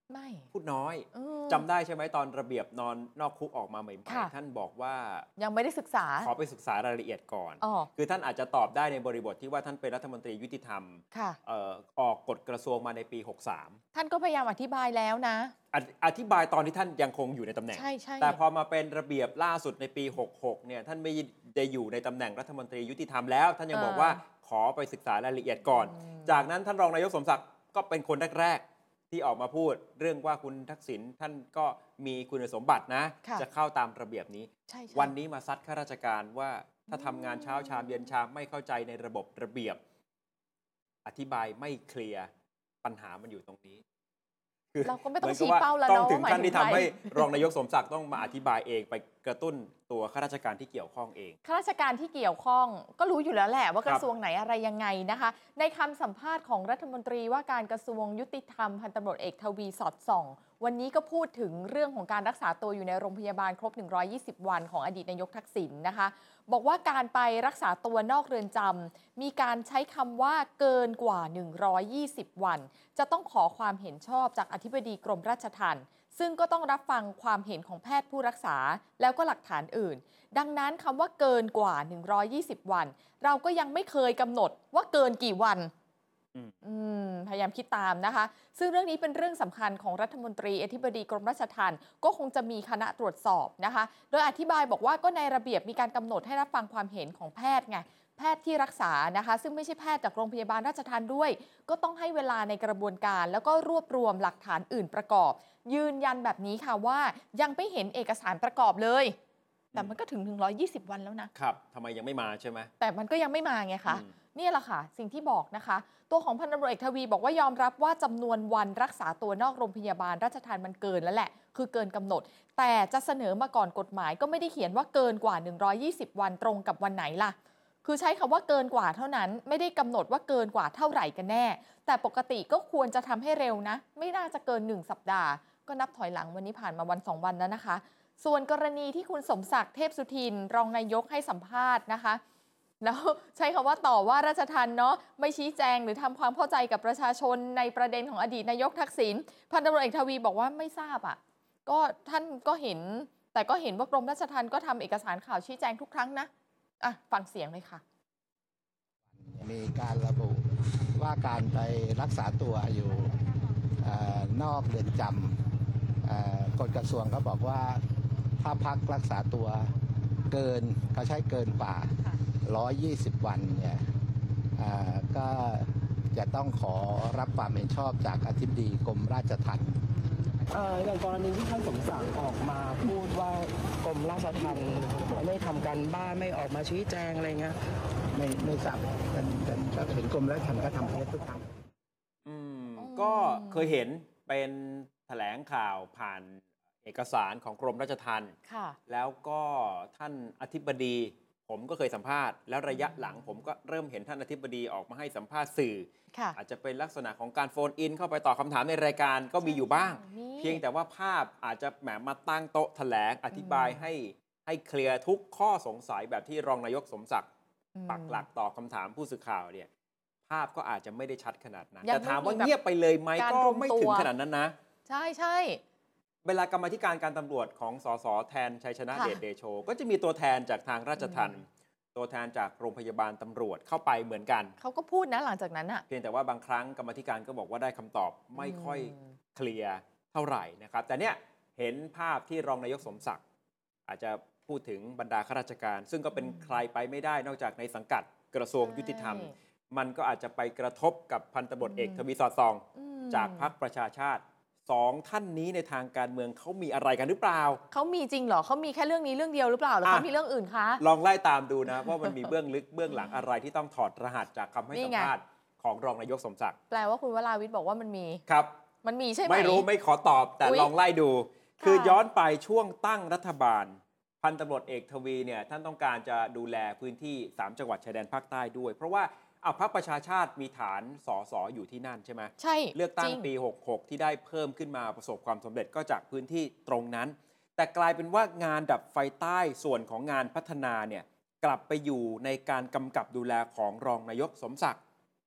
ไม่พูดน้อยเออจำได้ใช่ไหมตอนระเบียบนอนนอกคุกออกมาใหม่ค่ะๆท่านบอกว่ายังไม่ได้ศึกษาขอไปศึกษารายละเอียดก่อนอ๋อคือท่านอาจจะตอบได้ในบริบทที่ว่าท่านเป็นรัฐมนตรียุติธรรมค่ะเอ่อออกกฎกระทรวงมาในปี หกสามท่านก็พยายามอธิบายแล้วนะอธิอธิบายตอนที่ท่านยังคงอยู่ในตำแหน่งใช่ใช่แต่พอมาเป็นระเบียบล่าสุดในปี หกหก เนี่ยท่านไม่ได้อยู่ในตำแหน่งรัฐมนตรียุติธรรมแล้ว ท่านยังบอกว่าขอไปศึกษารายละเอียดก่อน จากนั้นท่านรองนายกสมศักดิ์ก็เป็นคนแรกๆที่ออกมาพูดเรื่องว่าคุณทักษิณท่านก็มีคุณสมบัตินะค่ะจะเข้าตามระเบียบนี้ใช่ใช่วันนี้มาซัดข้าราชการว่าถ้าทำงานเช้าชามเย็นชามไม่เข้าใจในระบบระเบียบ อธิบายไม่เคลียร์ปัญหามันอยู่ตรงนี้เราก็ไม่ต้องหนชี้กับเป้าแล้วต้องเนาะถึงขั้นที่ทำให้หมายถึงใครรองนายกสมศักดิ์ต้องมาอธิบายเองไปกระตุ้นตัวข้าราชการที่เกี่ยวข้องเองข้าราชการที่เกี่ยวข้องก็รู้อยู่แล้วแหละว่าครักบระทรวงไหนอะไรยังไงนะคะ ในคำสัมภาษณ์ของรัฐมนตรีว่าการกระทรวงยุติธรรมพันตำรวจเอกทวีสอดส่อง วันนี้ก็พูดถึงเรื่องของการรักษาตัวอยู่ในโรงพยาบาลครบ หนึ่งร้อยยี่สิบ วันของอดีตนายกทักษิณนะคะ บอกว่าการไปรักษาตัวนอกเรือนจำมีการใช้คำว่าเกินกว่า หนึ่งร้อยยี่สิบ วัน จะต้องขอความเห็นชอบจากอธิบดีกรมราชทัณฑ์ซึ่งก็ต้องรับฟังความเห็นของแพทย์ผู้รักษาแล้วก็หลักฐานอื่น ดังนั้นคำว่าเกินกว่า หนึ่งร้อยยี่สิบ วัน เราก็ยังไม่เคยกำหนดว่าเกินกี่วันอืมอืมพยายามคิดตามนะคะ ซึ่งเรื่องนี้เป็นเรื่องสำคัญของรัฐมนตรีอธิบดีกรมราชทัณฑ์ก็คงจะมีคณะตรวจสอบนะคะ โดยอธิบายบอกว่าก็ในระเบียบมีการกำหนดให้รับฟังความเห็นของแพทย์ไง แพทย์ที่รักษานะคะ ซึ่งไม่ใช่แพทย์จากโรงพยาบาลราชทัณฑ์ด้วย ก็ต้องให้เวลาในกระบวนการ แล้วก็รวบรวมหลักฐานอื่นประกอบ ยืนยันแบบนี้ค่ะว่ายังไม่เห็นเอกสารประกอบเลย แต่มันก็ถึง หนึ่งร้อยยี่สิบ วันแล้วนะครับทำไมยังไม่มาใช่ไหมแต่มันก็ยังไม่มาไงคะอืมนี่แหละค่ะ สิ่งที่บอกนะคะ ตัวของพันตำรวจเอกทวีบอกว่ายอมรับว่าจำนวนวันรักษาตัวนอกโรงพยาบาลราชทัณฑ์มันเกินแล้วแหละ คือเกินกำหนด แต่จะเสนอมาก่อนกฎหมายก็ไม่ได้เขียนว่าเกินกว่า หนึ่งร้อยยี่สิบ วันตรงกับวันไหนล่ะ คือใช้คำว่าเกินกว่าเท่านั้น ไม่ได้กำหนดว่าเกินกว่าเท่าไหร่กันแน่ แต่ปกติก็ควรจะทำให้เร็วนะ ไม่น่าจะเกินหนึ่งสัปดาห์ ก็นับถอยหลังวันนี้ผ่านมาวันสองวันแล้วนะคะ ส่วนกรณีที่คุณสมศักดิ์เทพสุทินรองนายกให้สัมภาษณ์นะคะ แล้วใช้คำว่าต่อว่าราชทัณฑ์เนาะไม่ชี้แจงหรือทำความเข้าใจกับประชาชนในประเด็นของอดีตนายกทักษิณพันตำรวจเอกทวีบอกว่าไม่ทราบอ่ะก็ท่านก็เห็น แต่ก็เห็นว่ากรมราชทัณฑ์ก็ทำเอกสารข่าวชี้แจงทุกครั้งนะอ่ะฟังเสียงเลยค่ะมีการระบุว่าการไปรักษาตัวอยู่เอ่อนอกเรือนจำเอ่อกฎกระทรวงก็บอกว่าถ้าพักรักษาตัวเกินเขาใช้เกินกว่า หนึ่งร้อยยี่สิบ วันเนี่ยเอ่อก็จะต้องขอรับความเห็นชอบจากอธิบดีกรมราชทัณฑ์เอ่ออย่างกรณีที่ท่านสมศักดิ์ออกมาพูดว่ากรมราชทัณฑ์ไม่ทำการบ้านไม่ออกมาชี้แจงอะไรเงี้ยไม่ไม่ทราบแต่แต่ก็เห็นกรมราชทัณฑ์ก็ทำเทปทุกครั้งอืมอืมก็เคยเห็นเป็นแถลงข่าวผ่านเอกสารของกรมราชทัณฑ์ค่ะแล้วก็ท่านอธิบดี ผมก็เคยสัมภาษณ์แล้วระยะหลังผมก็เริ่มเห็นท่านอธิบดีออกมาให้สัมภาษณ์สื่อค่ะอาจจะเป็นลักษณะของการโฟนอินเข้าไปตอบคำถามในรายการก็มีอยู่บ้างมีเพียงแต่ว่าภาพอาจจะแหมมาตั้งโต๊ะแถลงอธิบายให้ให้เคลียร์ทุกข้อสงสัยแบบที่รองนายกสมศักดิ์อืมปักหลักตอบคำถามผู้สื่อข่าวเนี่ยภาพก็อาจจะไม่ได้ชัดขนาดนั้นยังแต่ถามว่าไม่มีแบบเงียบไปเลยไหมการก็รวมไม่ตัวถึงขนาดนั้นนะใช่ใช่เวลากรรมาธิการการตำรวจของสสแทนชัยชนะค่ะเดชเดโช ก็จะมีตัวแทนจากทางราชทัณฑ์ตัวแทนจากโรงพยาบาลตำรวจเข้าไปเหมือนกันเขาก็พูดนะหลังจากนั้นอ่ะเพียงแต่ว่าบางครั้งกรรมาธิการก็บอกว่าได้คำตอบไม่ค่อยมเคลียร์เท่าไหร่นะครับ แต่เนี่ยเห็นภาพที่รองนายกสมศักดิ์อาจจะพูดถึงบรรดาข้าราชการ ซึ่งก็เป็นใครไปไม่ได้นอกจากในสังกัดกระทรวงยุติธรรมใช่มันก็อาจจะไปกระทบกับพันตำรวจเอกอืมทวีสอดส่องอืมจากพรรคประชาชาติสองท่านนี้ในทางการเมืองเขามีอะไรกันหรือเปล่าเขามีจริงเหรอเขามีแค่เรื่องนี้เรื่องเดียวหรือเปล่าหรืออ่ะเขามีเรื่องอื่นคะลองไล่ตามดูนะ ว่ามันมีเบื้องลึกเบื้องหลังอะไรที่ต้องถอดรหัสจากคำให้นี่สัมไงภาษณ์ของรองนายกสมศักดิ์แปลว่าคุณวราวิทย์บอกว่ามันมีครับมันมีใช่ไหมไม่รู้ไม่ขอตอบแต่อุ๊ยลองไล่ดูค่ะคือย้อนไปช่วงตั้งรัฐบาล พันตำรวจเอกทวีเนี่ยท่านต้องการจะดูแลพื้นที่สามจังหวัดชายแดนภาคใต้ด้วย เพราะว่าเอาพรรคประชาชาติมีฐานสสอยู่ที่นั่นใช่ไหมใช่เลือกตั้จงริปี หกหก ที่ได้เพิ่มขึ้นมาประสบความสำเร็จก็จากพื้นที่ตรงนั้น แต่กลายเป็นว่างานดับไฟใต้ส่วนของงานพัฒนาเนี่ยกลับไปอยู่ในการกำกับดูแลของรองนายกสมศักดิ์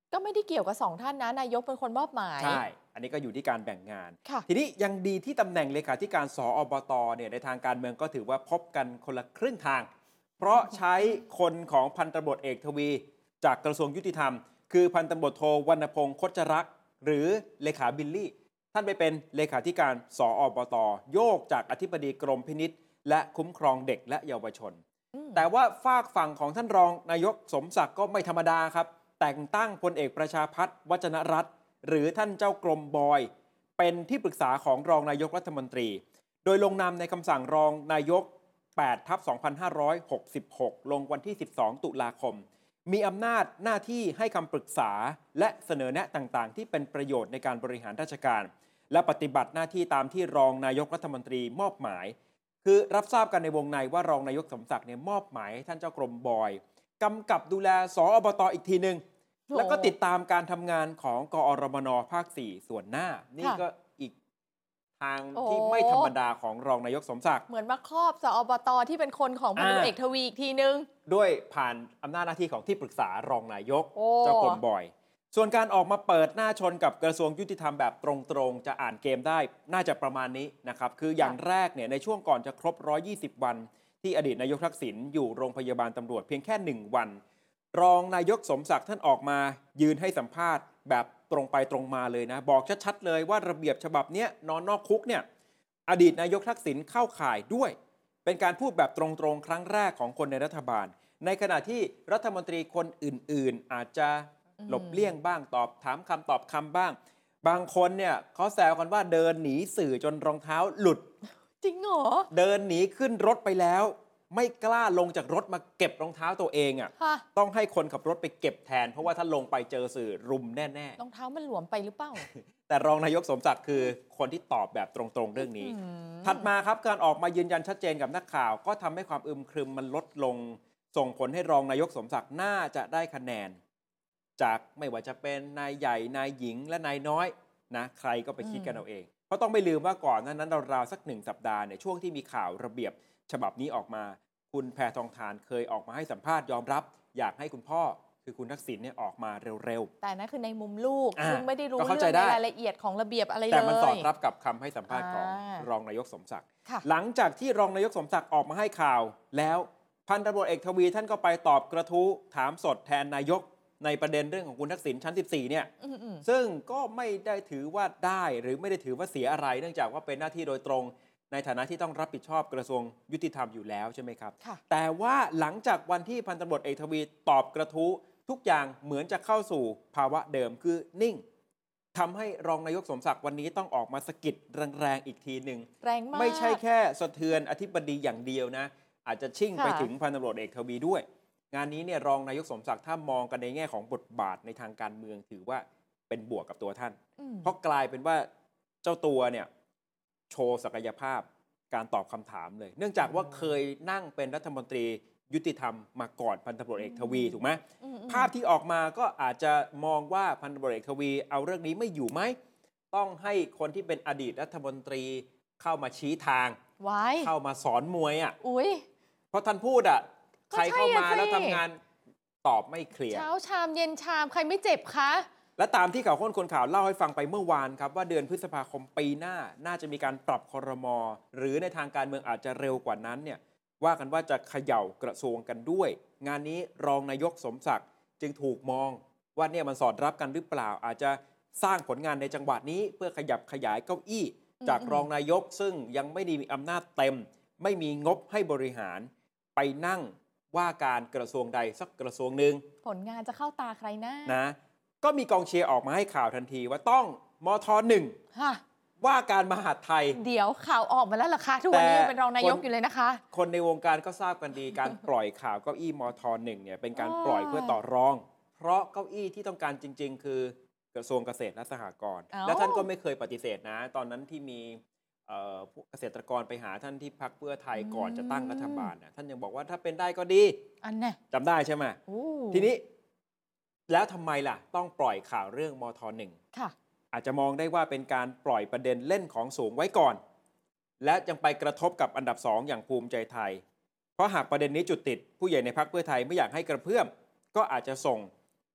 ก็ไม่ได้เกี่ยวกับสองท่านนะนายกเป็นคนมอบหมายใช่อันนี้ก็อยู่ที่การแบ่งงานค่ะทีนี้ยังดีที่ตำแหน่งเลขาธิการสอบตเนี่ยในทางการเมืองก็ถือว่าพบกันคนละครึ่งทาง เพราะใช้คนของพันตำรวจเอกทวีจากกระทรวงยุติธรรม คือพันตำรวจโทวรรณพงศ์คชรักษ์หรือเลขาบิลลี่ท่านไปเป็นเลขาธิการสอบตโยกจากอธิบดีกรมพินิจและคุ้มครองเด็กและเยาวชน แต่ว่าฝากฝั่งของท่านรองนายกสมศักดิ์ก็ไม่ธรรมดาครับแต่งตั้งพลเอกประชาพัฒน์วจนรัตน์หรือท่านเจ้ากรมบอยเป็นที่ปรึกษาของรองนายกรัฐมนตรีโดยลงนามในคำสั่งรองนายกแปดทับสองพันห้าร้อยหกสิบหกลงวันที่สิบสองตุลาคมมีอำนาจหน้าที่ให้คำปรึกษาและเสนอแนะต่างๆที่เป็นประโยชน์ในการบริหารราชการและปฏิบัติหน้าที่ตามที่รองนายกรัฐมนตรีมอบหมายคือรับทราบกันในวงในว่ารองนายกสมศักดิ์เนี่ยมอบหมายให้ท่านเจ้ากรมบอยกำกับดูแลสอบตอีกทีหนึ่งแล้วก็ติดตามการทำงานของกอรมนภาคสี่ส่วนหน้านี่ก็อีกทางที่ไม่ธรรมดาของรองนายกสมศักดิ์เหมือนมาครอบสอบตที่เป็นคนของพลตำรวจเอกทวีอีกทีนึงด้วยผ่านอำนาจหน้าที่ของที่ปรึกษารองนายกเจ้ากรมบอยส่วนการออกมาเปิดหน้าชนกับกระทรวงยุติธรรมแบบตรงๆจะอ่านเกมได้น่าจะประมาณนี้นะครับคืออย่างแรกเนี่ยในช่วงก่อนจะครบหนึ่งร้อยยี่สิบวันที่อดีตนายกทักษิณอยู่โรงพยาบาลตำรวจเพียงแค่หนึ่งวันรองนายกสมศักดิ์ท่านออกมายืนให้สัมภาษณ์แบบตรงไปตรงมาเลยนะบอกชัดๆเลยว่าระเบียบฉบับนี้นอนนอกคุกเนี่ยอดีตนายกทักษิณเข้าข่ายด้วยเป็นการพูดแบบตรงๆครั้งแรกของคนในรัฐบาลในขณะที่รัฐมนตรีคนอื่นๆอาจจะหลบเลี่ยงบ้างตอบถามคำตอบคำบ้างบางคนเนี่ยเขาแซวกันว่าเดินหนีสื่อจนรองเท้าหลุดจริงเหรอเดินหนีขึ้นรถไปแล้วไม่กล้าลงจากรถมาเก็บรองเท้าตัวเองอ่ะต้องให้คนขับรถไปเก็บแทนเพราะว่าถ้าลงไปเจอสื่อรุมแน่ๆรองเท้ามันหลวมไปหรือเปล่าแต่รองนายกสมศักดิ์คือคนที่ตอบแบบตรงๆเรื่องนี้ถัดมาครับการออกมายืนยันชัดเจนกับนักข่าวก็ทำให้ความอึมครึมมันลดลงส่งผลให้รองนายกสมศักดิ์น่าจะได้คะแนนจากไม่ว่าจะเป็นนายใหญ่นายหญิงและนายน้อยนะใครก็ไปคิดกันเอาเองเพราะต้องไม่ลืมว่าก่อนนั้นราวๆสักหนึ่งสัปดาห์เนี่ยช่วงที่มีข่าวระเบียบฉบับนี้ออกมาคุณแพทองธารเคยออกมาให้สัมภาษณ์ยอมรับอยากให้คุณพ่อคือคุณทักษิณเนี่ยออกมาเร็วๆแต่นั่นคือในมุมลูกซึ่งไม่ได้รู้เรื่องในรายละเอียดของระเบียบอะไรเลยแต่มันสอดรับกับคำให้สัมภาษณ์ของรองนายกสมศักดิ์หลังจากที่รองนายกสมศักดิ์ออกมาให้ข่าวแล้วพันตำรวจเอกทวีท่านก็ไปตอบกระทู้ถามสดแทนนายกในประเด็นเรื่องของคุณทักษิณชั้นสิบสี่เนี่ยซึ่งก็ไม่ได้ถือว่าได้หรือไม่ได้ถือว่าเสียอะไรเนื่องจากว่าเป็นหน้าที่โดยตรงในฐานะที่ต้องรับผิดชอบกระทรวงยุติธรรมอยู่แล้วใช่ไหมครับแต่ว่าหลังจากวันที่พันตำรวจเอกทวีตอบกระทู้ทุกอย่างเหมือนจะเข้าสู่ภาวะเดิมคือนิ่งทำให้รองนายกสมศักดิ์วันนี้ต้องออกมาสะกิดแรงๆอีกทีหนึ่งแรงมากไม่ใช่แค่สะเทือนอธิบดีอย่างเดียวนะอาจจะชิ่งไปถึงพันตำรวจเอกทวีด้วยงานนี้เนี่ยรองนายกสมศักดิ์ถ้ามองกันในแง่ของบทบาทในทางการเมืองถือว่าเป็นบวกกับตัวท่านเพราะกลายเป็นว่าเจ้าตัวเนี่ยโชว์ศักยภาพการตอบคำถามเลยเนื่องจากว่าเคยนั่งเป็นรัฐมนตรียุติธรรมมาก่อนพันตำรวจเอกทวีถูกไหมภาพที่ออกมาก็อาจจะมองว่าพันตำรวจเอกทวีเอาเรื่องนี้ไม่อยู่ไหมต้องให้คนที่เป็นอดีตรัฐมนตรีเข้ามาชี้ทางเข้ามาสอนมวยอ่ะเพราะท่านพูดอ่ะใครเข้ามาแล้วทำงานตอบไม่เคลียร์เช้าชามเย็นชามใครไม่เจ็บคะและตามที่ข่าวค้นคนข่าวเล่าให้ฟังไปเมื่อวานครับว่าเดือนพฤษภาคมปีหน้าน่าจะมีการปรับครม.หรือในทางการเมืองอาจจะเร็วกว่านั้นเนี่ยว่ากันว่าจะเขย่ากระทรวงกันด้วยงานนี้รองนายกสมศักดิ์จึงถูกมองว่าเนี่ยมันสอดรับกันหรือเปล่าอาจจะสร้างผลงานในจังหวะนี้เพื่อขยับขยายเก้าอี้จากรองนายกซึ่งยังไม่ได้มีอำนาจเต็มไม่มีงบให้บริหารไปนั่งว่าการกระทรวงใดสักกระทรวงหนึ่งผลงานจะเข้าตาใครนะนะก็มีกองเชียร์ออกมาให้ข่าวทันทีว่าต้องมทหนึ่งว่าการมหาดไทยเดี๋ยวข่าวออกมาแล้วเหรอคะทุกวันนี้ยังเป็นรองนายกอยู่เลยนะคะคนในวงการก็ทราบกันดีการปล่อยข่าวเก้าอี้มทหนึ่งเนี่ยเป็นการปล่อยเพื่อต่อรองเพราะเก้าอี้ที่ต้องการจริงๆคือกระทรวงเกษตรและสหกรณ์และท่านก็ไม่เคยปฏิเสธนะตอนนั้นที่มีเกษตรกรไปหาท่านที่พรรคเพื่อไทยก่อนจะตั้งรัฐบาลนะท่านยังบอกว่าถ้าเป็นได้ก็ดีอันนี้จำได้ใช่ไหมทีนี้แล้วทำไมล่ะต้องปล่อยข่าวเรื่องมทหนึ่งอาจจะมองได้ว่าเป็นการปล่อยประเด็นเล่นของสูงไว้ก่อนและยังไปกระทบกับอันดับสองอย่างภูมิใจไทยเพราะหากประเด็นนี้จุดติดผู้ใหญ่ในพรรคเพื่อไทยไม่อยากให้กระเพื่อมก็อาจจะส่ง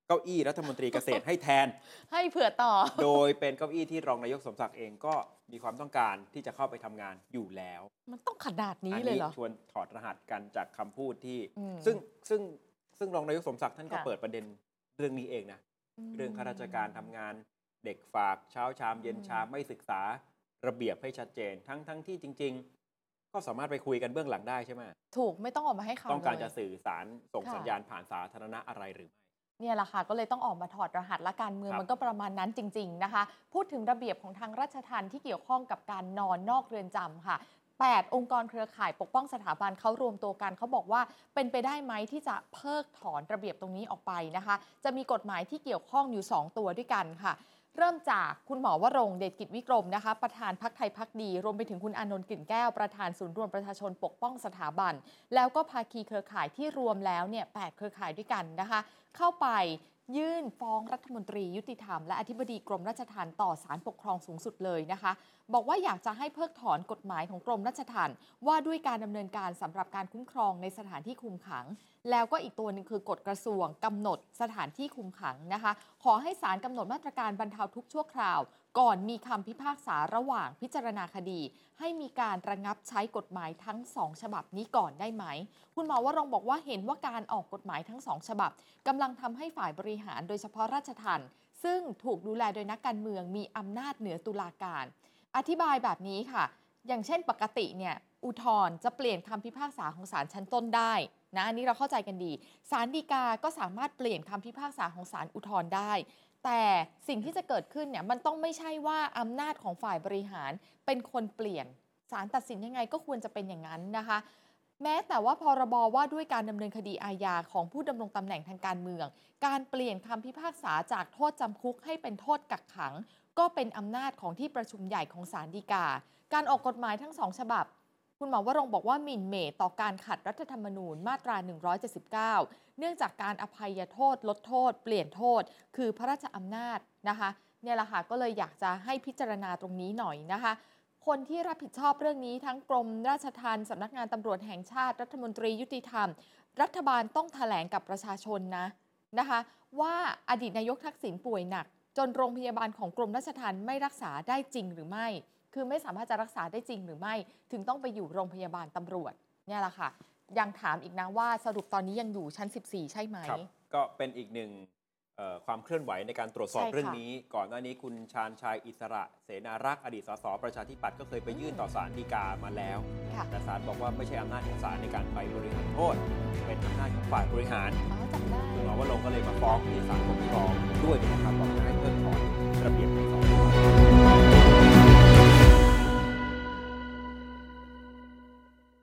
เก้าอี้รัฐมนตรีเกษตรให้แทนให้เผื่อต่อโดยเป็นเก้าอี้ที่รองนายกสมศักดิ์เองก็มีความต้องการที่จะเข้าไปทำงานอยู่แล้วมันต้องขนาดนี้เลยเหรอชวนถอดรหัสกันจากคำพูดที่อืมซึ่งซึ่งซึ่งรองนายกสมศักดิ์ท่านก็ค่ะเปิดประเด็นเรื่องนี้เองนะมเรื่องข้าราชการทำงานเด็กฝากเช้าชามเย็นชามไม่ศึกษาระเบียบให้ชัดเจน ทั้งทั้งที่จริง ๆ ก็สามารถไปคุยกันเบื้องหลังได้ใช่ไหมถูกไม่ต้องออกมาให้ข่าวต้องการเลยจะสื่อสารส่งค่ะสัญญาณผ่านสาธารณะอะไรหรือไม่เนี่ยแหละค่ะก็เลยต้องออกมาถอดรหัสและการเมืองครับมันก็ประมาณนั้นจริง ๆนะคะ พูดถึงระเบียบของทางราชทัณฑ์ที่เกี่ยวข้องกับการนอนนอกเรือนจำค่ะแปดองค์กรเครือข่ายปกป้องสถาบันเขารวมตัวกันเขาบอกว่าเป็นไปได้ไหมที่จะเพิกถอนระเบียบตรงนี้ออกไปนะคะ จะมีกฎหมายที่เกี่ยวข้องอยู่สองตัวด้วยกันค่ะ เริ่มจากคุณหมอวรงค์เดชกิจวิกรมนะคะประธานพรรคไทยพรรคดีรวมไปถึงคุณอานนท์กลิ่นแก้วประธานศูนย์รวมประชาชนปกป้องสถาบัน แล้วก็ภาคีเครือข่ายที่รวมแล้วเนี่ยแปดเครือข่ายด้วยกันนะคะ เข้าไปยื่นฟ้องรัฐมนตรียุติธรรมและอธิบดีกรมราชทัณฑ์ต่อศาลปกครองสูงสุดเลยนะคะ บอกว่าอยากจะให้เพิกถอนกฎหมายของกรมราชทัณฑ์ว่าด้วยการดำเนินการสำหรับการคุ้มครองในสถานที่คุมขัง แล้วก็อีกตัวหนึ่งคือกฎกระทรวงกำหนดสถานที่คุมขังนะคะ ขอให้ศาลกำหนดมาตรการบรรเทาทุกข์ชั่วคราว ก่อนมีคำพิพากษาระหว่างพิจารณาคดี ให้มีการระงับใช้กฎหมายทั้งสองฉบับนี้ก่อนได้ไหม คุณหมอวรงค์บอกว่าเห็นว่าการออกกฎหมายทั้งสองฉบับกำลังทำให้ฝ่ายบริหารโดยเฉพาะราชทัณฑ์ซึ่งถูกดูแลโดยนักการเมืองมีอำนาจเหนือตุลาการ อธิบายแบบนี้ค่ะ อย่างเช่นปกติเนี่ยอุทธรณ์จะเปลี่ยนคำพิพากษาของศาลชั้นต้นได้นะอันนี้เราเข้าใจกันดีศาลฎีกาก็สามารถเปลี่ยนคำพิพากษาของศาลอุทธรณ์ได้ แต่สิ่งที่จะเกิดขึ้นเนี่ยมันต้องไม่ใช่ว่าอำนาจของฝ่ายบริหารเป็นคนเปลี่ยนศาลตัดสินยังไงก็ควรจะเป็นอย่างนั้นนะคะ แม้แต่ว่าพรบว่าด้วยการดำเนินคดีอาญาของผู้ดำรงตำแหน่งทางการเมือง การเปลี่ยนคำพิพากษาจากโทษจำคุกให้เป็นโทษกักขัง ก็เป็นอำนาจของที่ประชุมใหญ่ของศาลฎีกา การออกกฎหมายทั้งสองฉบับ คุณหมอวรงค์บอกว่าหมิ่นเหม่ต่อการขัดรัฐธรรมนูญมาตรา หนึ่งร้อยเจ็ดสิบเก้า เนื่องจากการอภัยโทษลดโทษ เปลี่ยนโทษ คือพระราชอำนาจนะคะเนี่ยแหละค่ะก็เลยอยากจะให้พิจารณาตรงนี้หน่อยนะคะ คนที่รับผิดชอบเรื่องนี้ทั้งกรมราชทัณฑ์สำนักงานตำรวจแห่งชาติรัฐมนตรียุติธรรม รัฐบาลต้องแถลงกับประชาชนนะนะคะว่าอดีตนายกทักษิณป่วยหนัก จนโรงพยาบาลของกรมราชทัณฑ์ไม่รักษาได้จริงหรือไม่ คือไม่สามารถจะรักษาได้จริงหรือไม่ ถึงต้องไปอยู่โรงพยาบาลตำรวจเนี่ยแหละค่ะยังถามอีกนะว่าสรุปตอนนี้ยังอยู่ชั้นสิบสี่ใช่ไหมครับก็เป็นอีกหนึ่งเอ่อความเคลื่อนไหวในการตรวจสอบใช่ค่ะเรื่องนี้ ก่อนหน้านี้คุณชาญชัยอิสระเสนารักษ์อดีตสสประชาธิปัตย์ก็เคยไปยื่นต่อศาลฎีกามาแล้วค่ะแต่ศาลบอกว่าไม่ใช่อำนาจของศาลในการไปบริหารโทษ เป็นอำนาจของฝ่ายบริหารอ๋อจำได้คุณหมอวรงค์ก็เลยมาฟ้องที่ศาลปกครองด้วยนะครับบอกจะให้เพิกถอนระเบียบนี้